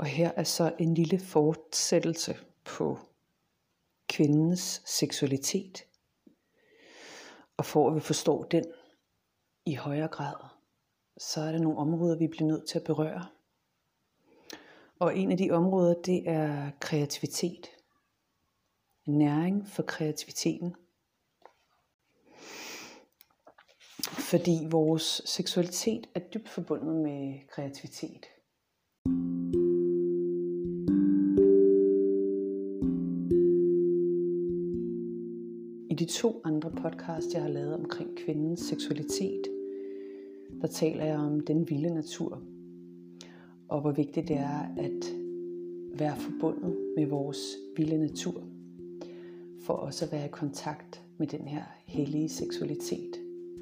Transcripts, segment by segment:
Og her er så en lille fortsættelse på kvindens seksualitet. Og for at vi forstår den i højere grad, så er der nogle områder, vi bliver nødt til at berøre. Og en af de områder, det er kreativitet. Næring for kreativiteten. Fordi vores seksualitet er dybt forbundet med kreativitet. I de 2 andre podcasts, jeg har lavet omkring kvindens seksualitet, der taler jeg om den vilde natur. Og hvor vigtigt det er at være forbundet med vores vilde natur. For også at være i kontakt med den her hellige seksualitet.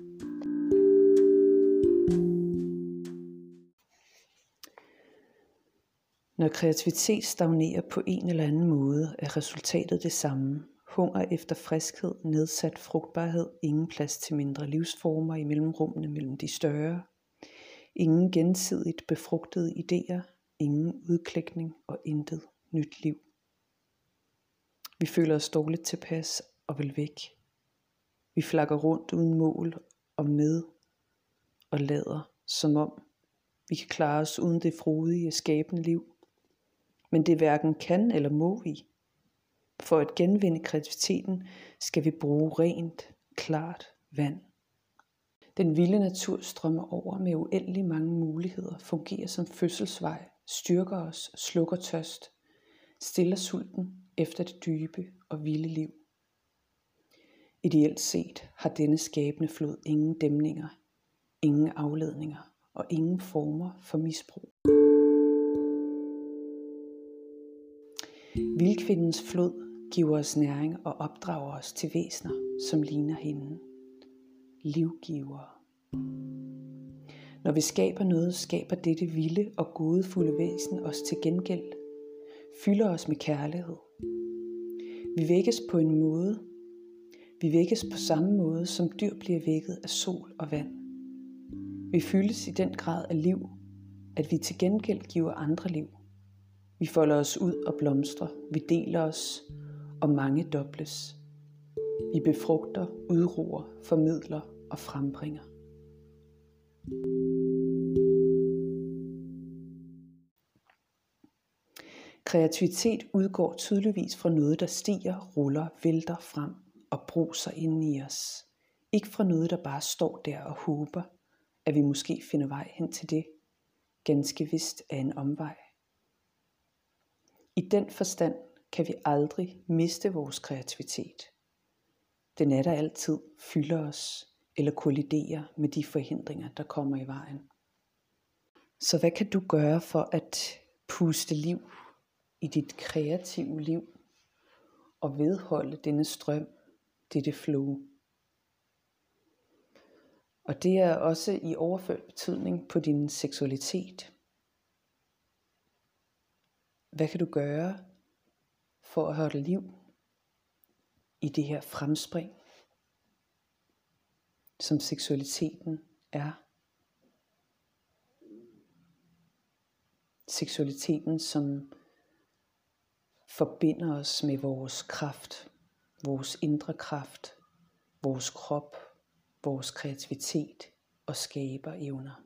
Når kreativitet stagnerer på en eller anden måde, er resultatet det samme. Hunger efter friskhed, nedsat frugtbarhed, ingen plads til mindre livsformer i mellemrummene mellem de større. Ingen gensidigt befrugtede idéer, ingen udklækning og intet nyt liv. Vi føler os dårligt tilpas og vil væk. Vi flakker rundt uden mål og med og lader, som om vi kan klare os uden det frodige, skabende liv. Men det hverken kan eller må vi. For at genvinde kreativiteten skal vi bruge rent, klart vand. Den vilde natur strømmer over med uendelig mange muligheder, fungerer som fødselsvej, styrker os, slukker tørst, stiller sulten efter det dybe og vilde liv. Ideelt set har denne skabende flod ingen dæmninger, ingen afledninger og ingen former for misbrug. Vildkvindens flod giver os næring og opdrager os til væsener, som ligner hende. Livgivere. Når vi skaber noget, skaber dette vilde og gådefulde væsen os til gengæld. Fylder os med kærlighed. Vi vækkes på en måde. Vi vækkes på samme måde, som dyr bliver vækket af sol og vand. Vi fyldes i den grad af liv, at vi til gengæld giver andre liv. Vi folder os ud og blomstrer. Vi deler os, og mange dobles. Vi befrugter, udruer, formidler og frembringer. Kreativitet udgår tydeligvis fra noget, der stiger, ruller, vælter frem og bruser ind i os. Ikke fra noget, der bare står der og håber, at vi måske finder vej hen til det, ganske vist af en omvej. I den forstand kan vi aldrig miste vores kreativitet. Den er der altid, fylder os eller kolliderer med de forhindringer, der kommer i vejen. Så hvad kan du gøre for at puste liv i dit kreative liv og vedholde denne strøm, dette flow? Og det er også i overført betydning på din seksualitet. Hvad kan du gøre for at holde liv i det her fremspring, som seksualiteten er? Seksualiteten, som forbinder os med vores kraft, vores indre kraft, vores krop, vores kreativitet og skaberevner.